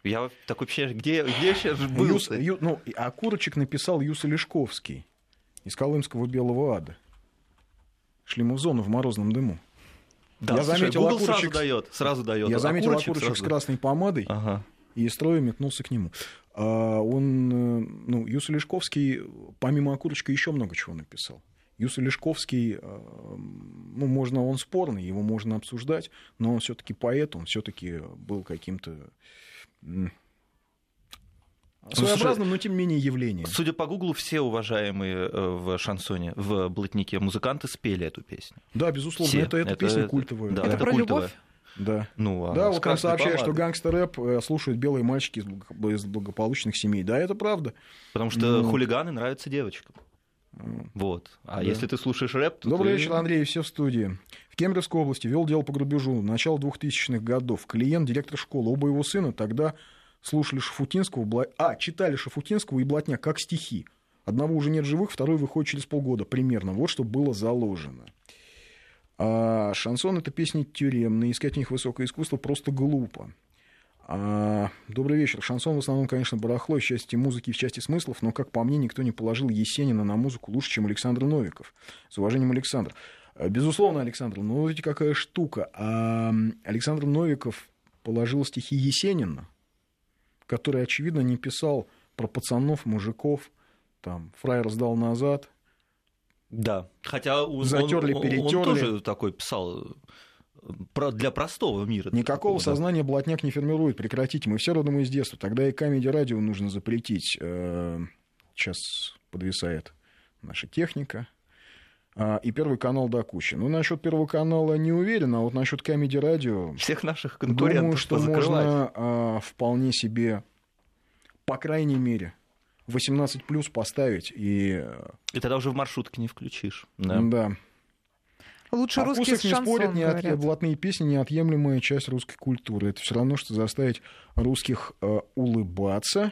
Я такой вообще, где, где я сейчас был? Юс, ю, ну, а Окурочек написал Юса Лешковский из Колымского Белого Ада. Шли мы в зону в морозном дыму. Да, я слушай, заметил Google окурочек, сразу дает, сразу дает. Я заметил Окурочек, окурочек сразу. с красной помадой, Ага. и строя метнулся к нему. А он, ну, Юса Лешковский, помимо окурочка, еще много чего написал. Юса Лешковский, ну, можно, он спорный, его можно обсуждать, но он все-таки поэт, он все-таки был каким-то своеобразным, но тем не менее явлением. Судя по Гуглу, все уважаемые в шансоне, в блатнике музыканты спели эту песню. Да, безусловно, Все. это, это, это песня это, культовая. Да, это, это про культовая. любовь? Да, ну, а да вот он сообщает, помадой. что гангстер-рэп слушают белые мальчики из благополучных семей. Да, это правда. Потому что ну... хулиганы нравятся девочкам. Вот. А да. Если ты слушаешь рэп, то Добрый ты... вечер, Андрей, все в студии. В Кемеровской области вел дело по грабежу. Начало двухтысячных годов. Клиент, директор школы. Оба его сына тогда слушали Шафутинского, бла... а, читали Шафутинского и Блатняк как стихи. Одного уже нет живых, второй выходит через полгода примерно. Вот что было заложено. А шансон — это песни тюремные. Искать в них высокое искусство просто глупо. А, добрый вечер. Шансон в основном, конечно, барахло в части музыки и в части смыслов, но, как по мне, никто не положил Есенина на музыку лучше, чем Александр Новиков. С уважением, Александр. Безусловно, Александр, но видите, какая штука. А Александр Новиков положил стихи Есенина, который, очевидно, не писал про пацанов, мужиков, там, фраер сдал назад. Да, хотя он, затерли, он, перетерли. Он тоже такой писал для простого мира. Никакого такого, сознания да. Блатняк не формирует. Прекратите. Мы все родом из детства. Тогда и камеди-радио нужно запретить. Сейчас подвисает наша техника. И Первый канал до кучи. Ну, насчет Первого канала не уверен, а вот насчет камеди-радио... Всех наших конкурентов думаю, что позакрывать. Можно а, вполне себе, по крайней мере, восемнадцать плюс поставить. И... и тогда уже в маршрутке не включишь. Да. да. Лучше О русский вкусах не спорят, не от... блатные песни неотъемлемая часть русской культуры. Это все равно, что заставить русских э, улыбаться.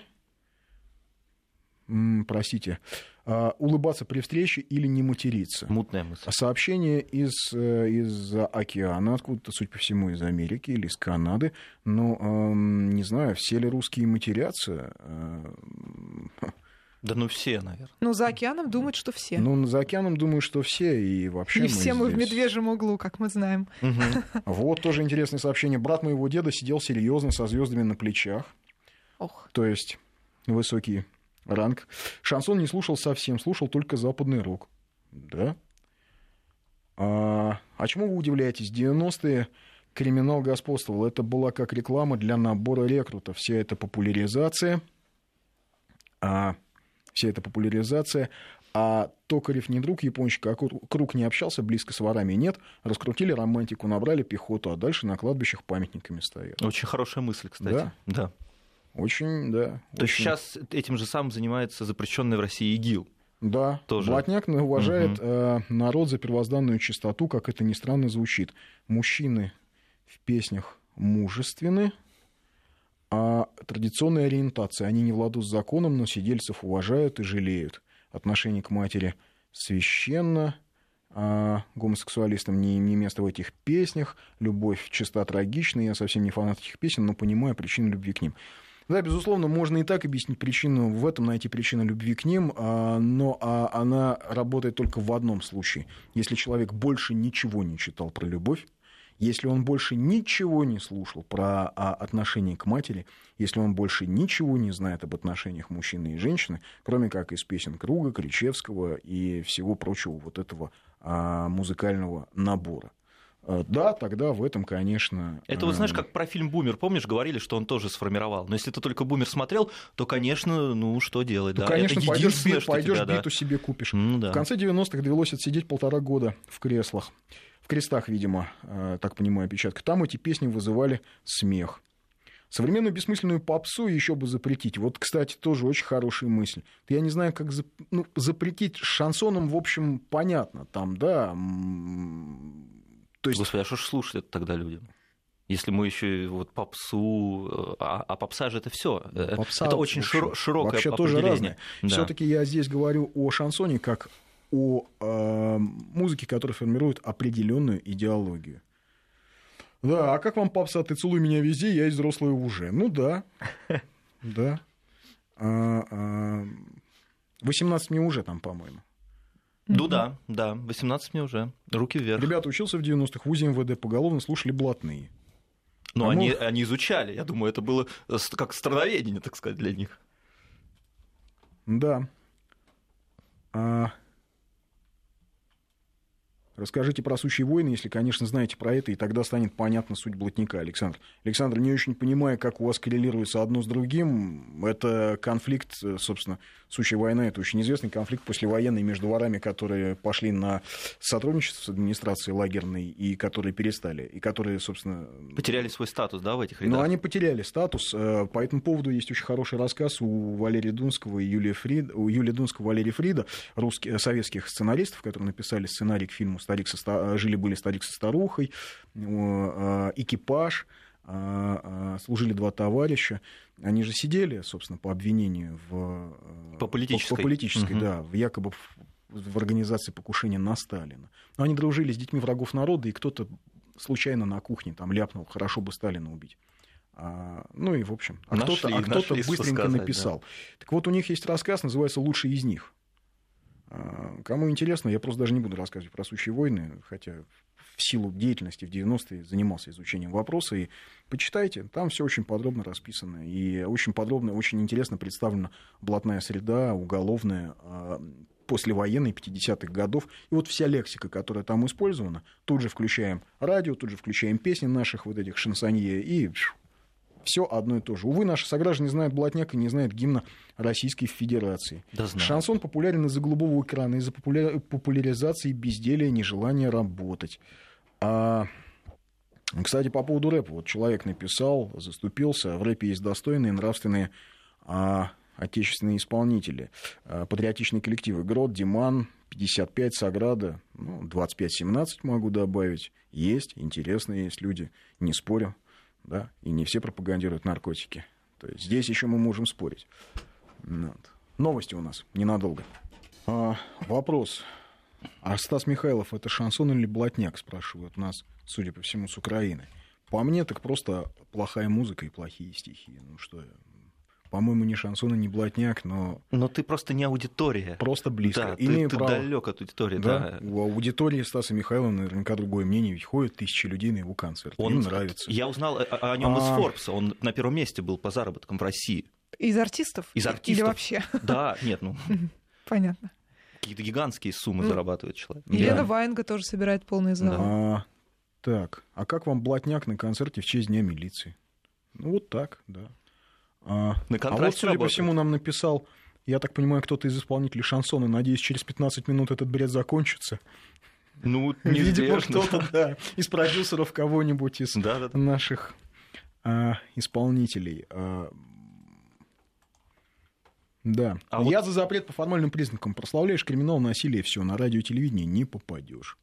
М, простите. Э, улыбаться при встрече или не материться. Мутная мысль. Сообщение из, э, из океана, откуда-то, судя по всему, из Америки или из Канады. Но э, не знаю, все ли русские матерятся. Э, Да ну все, наверное. Ну, за океаном думают, что все. Ну, за океаном думаю, что все. И вообще Не мы все мы здесь... в медвежьем углу, как мы знаем. Вот тоже интересное сообщение. Брат моего деда сидел серьезно, со звездами на плечах. Ох. То есть высокий ранг. Шансон не слушал совсем, слушал только западный рок. Да? А, а чему вы удивляетесь? девяностые криминал господствовал. Это была как реклама для набора рекрутов. Вся эта популяризация... А... Вся эта популяризация, а Токарев не друг япончика, а круг не общался, близко с ворами нет, раскрутили романтику, набрали пехоту, а дальше на кладбищах памятниками стоят. Очень хорошая мысль, кстати. Да? Да. Очень, да. То есть сейчас этим же самым занимается запрещенный в России ИГИЛ. Да, тоже. Блатняк уважает угу. э, народ за первозданную чистоту, как это ни странно звучит. Мужчины в песнях мужественны, а традиционная ориентация. Они не владут законом, но сидельцев уважают и жалеют. Отношение к матери священно, а гомосексуалистам не, не место в этих песнях. Любовь чиста, трагична. Я совсем не фанат этих песен, но понимаю причину любви к ним. Да, безусловно, можно и так объяснить причину, в этом найти причину любви к ним, но она работает только в одном случае. Если человек больше ничего не читал про любовь, если он больше ничего не слушал про отношение к матери, если он больше ничего не знает об отношениях мужчины и женщины, кроме как из песен Круга, Кричевского и всего прочего вот этого музыкального набора. Да, тогда в этом, конечно... Это вот знаешь, как про фильм «Бумер», помнишь, говорили, что он тоже сформировал. Но если ты только «Бумер» смотрел, то, конечно, ну что делать, ну, да. конечно, это пойдешь, бит, пойдешь тебя, биту да. себе купишь. Ну, да. В конце девяностых довелось отсидеть полтора года в креслах. В крестах, видимо, так понимаю, опечатка. Там эти песни вызывали смех. Современную бессмысленную попсу еще бы запретить. Вот, кстати, тоже очень хорошая мысль. Я не знаю, как зап... ну, запретить шансоном, в общем, понятно. Там, да. То есть... Господи, а что ж слушать это тогда людям? Если мы еще вот попсу, а, а попса же это все. Попса, это очень широ- широкое вообще определение. Тоже разное. Да. Все-таки я здесь говорю о шансоне как о э, музыке, которая формирует определенную идеологию. Да, а как вам, попса, ты целуй меня везде, я из взрослый уже. Ну да, да. восемнадцать мне уже там, по-моему. Ну да, да, восемнадцать мне уже. Руки вверх. Ребята, учился в девяностых в УЗИ МВД, поголовно слушали блатные. Ну, а они, мы... они изучали, я думаю, это было как страноведение, так сказать, для них. Да. А... Расскажите про «Сущие войны», если, конечно, знаете про это, и тогда станет понятна суть блатника, Александр. Александр, не очень понимаю, как у вас коррелируется одно с другим. Это конфликт, собственно, «Сущая война» — это очень известный конфликт послевоенный между ворами, которые пошли на сотрудничество с администрацией лагерной и которые перестали, и которые, собственно... Потеряли свой статус, да, в этих рядах? Ну, они потеряли статус. По этому поводу есть очень хороший рассказ у Валерия Дунского и Юлии Фрида, у Юлии Дунского и Валерия Фрида, русских, советских сценаристов, которые написали сценарий к фильму «Старик со, «Жили-были старик со старухой», «Экипаж», «Служили два товарища». Они же сидели, собственно, по обвинению в... По политической. По, по политической, угу. да, в якобы в, в организации покушения на Сталина. Но они дружили с детьми врагов народа, и кто-то случайно на кухне там ляпнул: хорошо бы Сталина убить. А, ну и, в общем, а нашли, кто-то, а кто-то быстренько сказать, написал. Да. Так вот, у них есть рассказ, называется «Лучший из них». Кому интересно, я просто даже не буду рассказывать про «Сущие войны», хотя в силу деятельности в девяностые занимался изучением вопроса, и почитайте, там все очень подробно расписано, и очень подробно, очень интересно представлена блатная среда, уголовная, послевоенной, пятидесятых годов, и вот вся лексика, которая там использована, тут же включаем радио, тут же включаем песни наших вот этих шансонье, и... Все одно и то же. Увы, наши сограждане знают блатняк и не знают гимна Российской Федерации. Да, шансон популярен из-за голубого экрана, из-за популя... популяризации безделия, нежелания работать. А... Кстати, по поводу рэпа. Вот человек написал, заступился. В рэпе есть достойные, нравственные, а... отечественные исполнители. А... Патриотичные коллективы. Грот, Диман, пятьдесят пять, Саграда, ну, двадцать пять семнадцать могу добавить. Есть, интересные есть люди, не спорю. Да, и не все пропагандируют наркотики. То есть здесь еще мы можем спорить. Вот. Новости у нас ненадолго. А, вопрос. А Стас Михайлов — это шансон или блатняк, спрашивают нас, судя по всему, с Украины. По мне, так просто плохая музыка и плохие стихи. Ну что, по-моему, ни шансон, ни блатняк, но... Но ты просто не аудитория. Просто близко. Да, ты, ты далек от аудитории. Да? Да. У аудитории Стаса Михайлова наверняка другое мнение, ведь ходят тысячи людей на его концерт. Он... Им нравится. Я узнал о, о нем а... из Форбса. Он на первом месте был по заработкам в России. Из артистов? Из артистов. Или вообще? Да, нет, ну... Понятно. Какие-то гигантские суммы зарабатывает человек. Елена да. Ваенга тоже собирает полный зал. Да. А, так, а как вам блатняк на концерте в честь Дня милиции? Ну, вот так, да. А, а вот, судя работает. по всему, нам написал, я так понимаю, кто-то из исполнителей шансона. Надеюсь, через пятнадцать минут этот бред закончится. Ну, видимо, кто-то да, из продюсеров кого-нибудь из да, да, да. наших а, исполнителей. А, да. А я вот... за запрет по формальным признакам. Прославляешь криминал, насилие, все, на радио и телевидении не попадешь.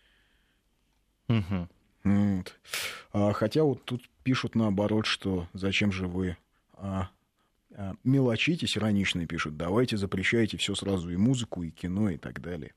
Угу. Вот. А, хотя вот тут пишут наоборот, что зачем же вы а, а, мелочитесь, иронично пишут, давайте запрещайте все сразу, и музыку, и кино, и так далее.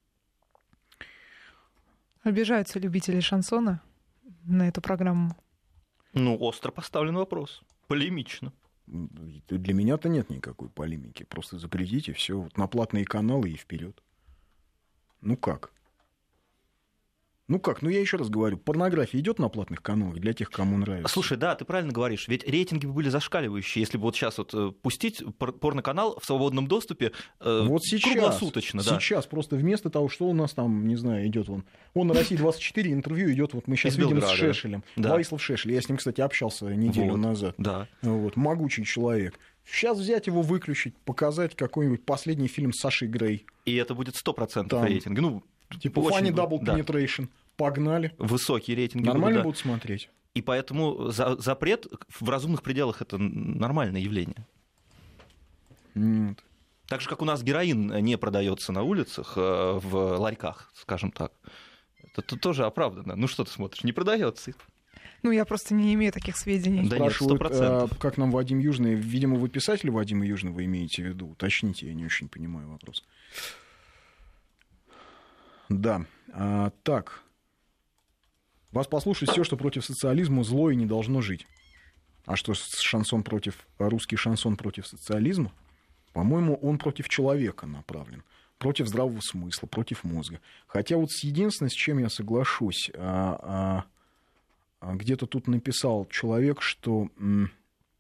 Обижаются любители шансона на эту программу? Ну, остро поставлен вопрос, полемично. Для меня-то нет никакой полемики, просто запретите все вот на платные каналы и вперед. Ну как? Ну как, ну я еще раз говорю, порнография идет на платных каналах для тех, кому нравится. Слушай, да, ты правильно говоришь, ведь рейтинги были зашкаливающие, если бы вот сейчас вот пустить порноканал в свободном доступе вот сейчас, круглосуточно. Да. Сейчас просто вместо того, что у нас там, не знаю, идет вон, он на России двадцать четыре интервью идет, вот мы сейчас видим Белграда. С Шешелем, да. Владислав Шешель, я с ним, кстати, общался неделю вот. назад. Да. Вот, могучий человек. Сейчас взять его, выключить, показать какой-нибудь последний фильм с Сашей Грей. И это будет сто процентов рейтинг. Ну, типа Funny Double да. Penetration. Погнали. Высокие рейтинги. Нормально будут, будут да. смотреть. И поэтому за, запрет в разумных пределах — это нормальное явление. Нет. Так же, как у нас героин не продается на улицах, в ларьках, скажем так. Это, это тоже оправданно. Ну что ты смотришь, не продается. Ну, я просто не имею таких сведений. Да нет, сто процентов. А, как нам Вадим Южный, видимо, вы писатель Вадима Южного имеете в виду? Уточните, я не очень понимаю вопрос. Да, а, так. Вас послушать все, что против социализма, зло и не должно жить. А что шансон против, русский шансон против социализма? По-моему, он против человека направлен. Против здравого смысла, против мозга. Хотя вот с единственным, с чем я соглашусь, а, а, где-то тут написал человек, что м,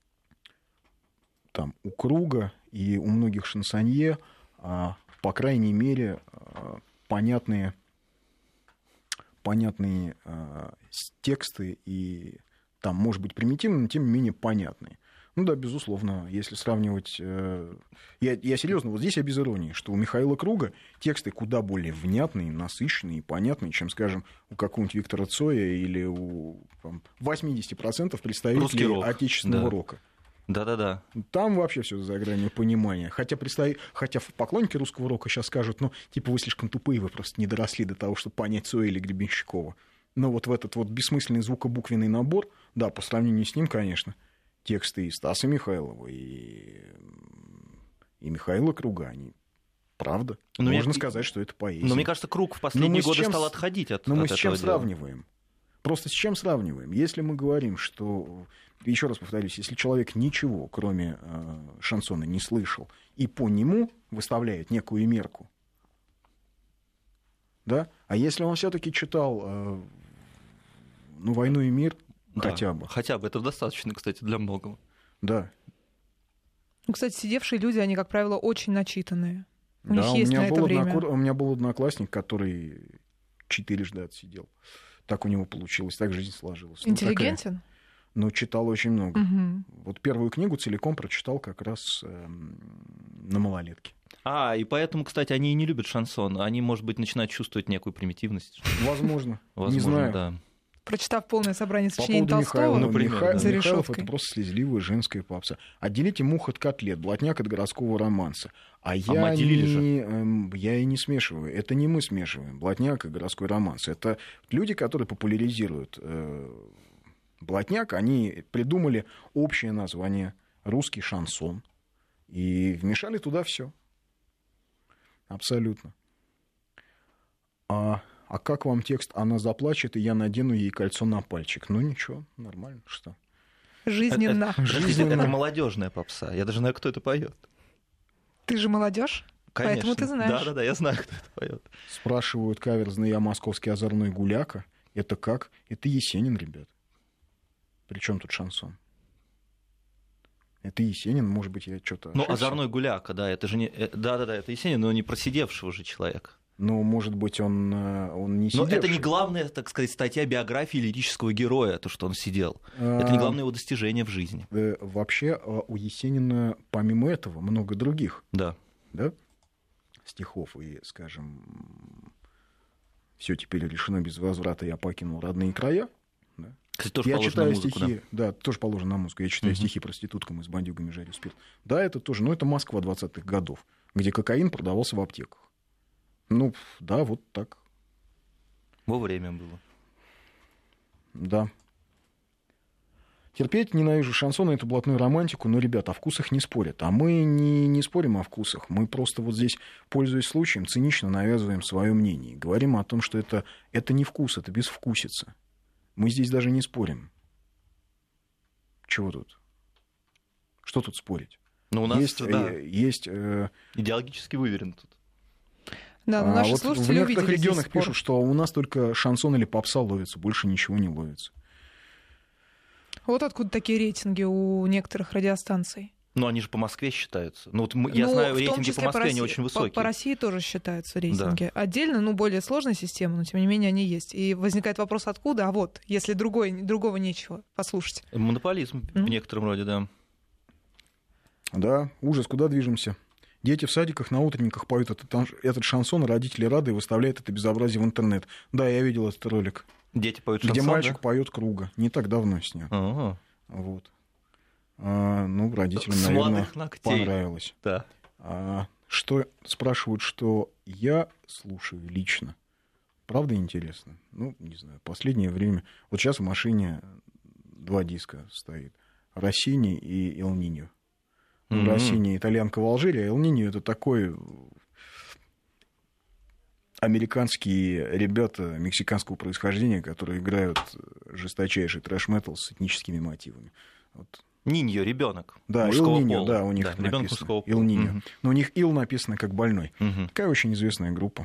там у Круга и у многих шансонье, а, по крайней мере, а, понятные, понятные а, тексты и там, может быть, примитивные, но тем не менее понятные. Ну да, безусловно, если сравнивать... Э, я, я серьезно, вот здесь я без иронии, что у Михаила Круга тексты куда более внятные, насыщенные и понятные, чем, скажем, у какого-нибудь Виктора Цоя или у там, восемьдесят процентов представителей рок. Отечественного да. рока. Да-да-да. Там вообще все за гранью понимания. Хотя, представ... Хотя поклонники русского рока сейчас скажут, ну, типа, вы слишком тупые, вы просто не доросли до того, чтобы понять Цоя или Гребенщикова. Но вот в этот вот бессмысленный звукобуквенный набор, да, по сравнению с ним, конечно, тексты и Стаса Михайлова, и, и Михаила Круга, они, правда, но можно мне... сказать, что это поэзия. Но мне кажется, Круг в последние годы чем... стал отходить от, но от мы этого с чем дела. Сравниваем? Просто с чем сравниваем? Если мы говорим, что, еще раз повторюсь, если человек ничего, кроме э, шансона, не слышал, и по нему выставляет некую мерку, да? А если он все-таки читал э, ну, «Войну и мир», да, хотя бы. Хотя бы, это достаточно, кстати, для многого. Да. Ну, кстати, сидевшие люди, они, как правило, очень начитанные. У да, них есть у меня на это был время. Однокур... У меня был одноклассник, который четырежды отсидел. Так у него получилось, так жизнь сложилась. Интеллигентен? Ну, такая... ну читал очень много. Угу. Вот первую книгу целиком прочитал как раз э, на малолетке. А, и поэтому, кстати, они и не любят шансон. Они, может быть, начинают чувствовать некую примитивность. Возможно. Возможно, не знаю. Да. Прочитав полное собрание По сочинений Толстого, Михайлова, например, Миха... за Михайлов решеткой. — это просто слезливая женская попса. Отделите мух от котлет, блатняк от городского романса. А, а я, не... Эм, я и не смешиваю. Это не мы смешиваем. Блатняк и городской романс. Это люди, которые популяризируют э, блатняк. Они придумали общее название «русский шансон» и вмешали туда все. Абсолютно. А... А как вам текст «Она заплачет, и я надену ей кольцо на пальчик»? Ну ничего, нормально, что? Жизненно. Это, Жизненно. это молодежная попса. Я даже знаю, кто это поет. Ты же молодежь, поэтому ты знаешь. Да, да, да, я знаю, кто это поет. Спрашивают каверзный я московский озорной гуляка. Это как? Это Есенин, ребят. Причем тут шансон? Это Есенин, может быть, я что-то Ну, озорной гуляка, да, это же не... Да, да, да, это Есенин, но не просидевшего же человека. Ну, может быть, он, он не сидел. Но это не главная, так сказать, статья биографии лирического героя, то, что он сидел. А... Это не главное его достижение в жизни. Вообще, у Есенина, помимо этого, много других да. Да? стихов. И, скажем, «Все теперь решено без возврата, я покинул родные края». Да? Кстати, тоже я читаю музыку, стихи, да? да, тоже положено на музыку. Я читаю uh-huh. стихи проституткам и с бандюгами жарю спирт. Да, это тоже, ну, это Москва двадцатых годов, где кокаин продавался в аптеках. Ну, да, вот так. Во время было. Да. Терпеть ненавижу шансон и эту блатную романтику, но, ребята, о вкусах не спорят. А мы не, не спорим о вкусах. Мы просто вот здесь, пользуясь случаем, цинично навязываем свое мнение. Говорим о том, что это, это не вкус, это безвкусица. Мы здесь даже не спорим. Чего тут? Что тут спорить? Ну, у нас, есть, да. есть, э... идеологически выверен тут. Да, но а наши вот слушатели в некоторых регионах спор. пишут, что у нас только шансон или попса ловится, больше ничего не ловится. Вот откуда такие рейтинги у некоторых радиостанций. Ну, они же по Москве считаются. Ну, вот я ну, знаю, рейтинги по Москве, по России, они очень высокие. По, по России тоже считаются рейтинги. Да. Отдельно, ну, более сложная система, но тем не менее они есть. И возникает вопрос, откуда? А вот, если другой, другого нечего, послушайте. Монополизм mm-hmm. в некотором роде, да. Да, ужас, куда движемся? Дети в садиках на утренниках поют этот, этот шансон, родители рады и выставляют это безобразие в интернет. Да, я видел этот ролик. Дети поют шансон, где мальчик да? поет Круга. Не так давно снят. А-а-а. Вот. А, ну, родителям, С наверное, понравилось. Да. А, что спрашивают, что я слушаю лично. Правда интересно? Ну, не знаю, последнее время... Вот сейчас в машине два диска стоит. Россини и Эл Ниньо. Ну, mm-hmm. Россини итальянка в Алжире, а Эл Ниньо это такой... американские ребята мексиканского происхождения, которые играют жесточайший трэш-метал с этническими мотивами. Вот. Ниньо, ребенок. Да, мужского Ил Ниньо, пола. да, у них да, ребенок написано. мужского пола. Ил Ниньо. Угу. Но у них Ил написано как больной. Угу. Такая очень известная группа.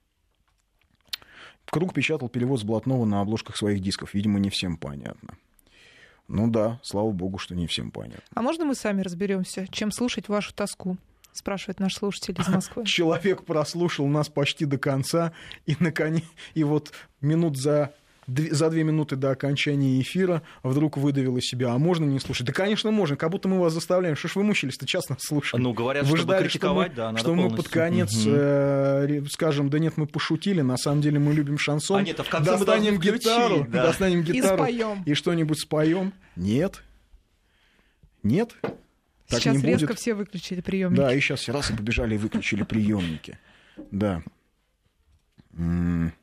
Круг печатал перевод с блатного на обложках своих дисков. Видимо, не всем понятно. Ну да, слава богу, что не всем понятно. А можно мы сами разберемся, чем слушать вашу тоску? Спрашивает наш слушатель из Москвы. Человек прослушал нас почти до конца, и, наконец, и вот минут за, за две минуты до окончания эфира вдруг выдавил из себя, а можно не слушать? Да, конечно, можно, как будто мы вас заставляем. Что ж вы мучились-то, час нас слушали. Ну, говорят, вы чтобы ждали, критиковать, что мы, да, надо что мы полностью. под конец Угу. э, скажем, да нет, мы пошутили, на самом деле мы любим шансон. А нет, а в конце мы достанем должны гитару, включить, да. достанем гитару И споем. и что-нибудь споем. Нет. Нет. Так Сейчас не резко будет. все выключили приемники. Да, и сейчас все раз и побежали и выключили приемники. Да. М.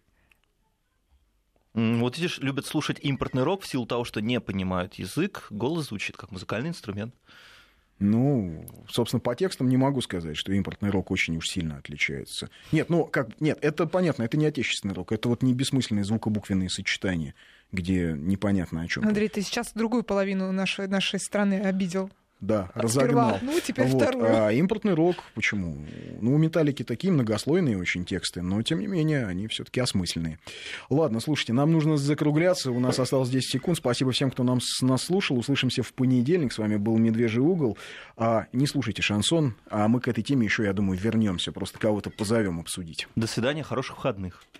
М, Вот видишь, любят слушать импортный рок в силу того, что не понимают язык. Голос звучит как музыкальный инструмент. Ну, собственно, по текстам не могу сказать, что импортный рок очень уж сильно отличается. Нет, ну, как, нет, это понятно, это не отечественный рок, это вот не бессмысленные звукобуквенные сочетания, где непонятно о чем. Андрей, ты сейчас другую половину нашей, нашей страны обидел. Да, Сперва разогнал. одну, теперь Вот. вторую. А импортный рок, почему? Ну, у Металлики такие многослойные очень тексты, но, тем не менее, они все-таки осмысленные. Ладно, слушайте, нам нужно закругляться, у нас осталось десять секунд. Спасибо всем, кто нам, нас слушал. Услышимся в понедельник. С вами был «Медвежий угол». А, не слушайте шансон, а мы к этой теме еще, я думаю, вернемся. Просто кого-то позовем обсудить. До свидания, хороших выходных.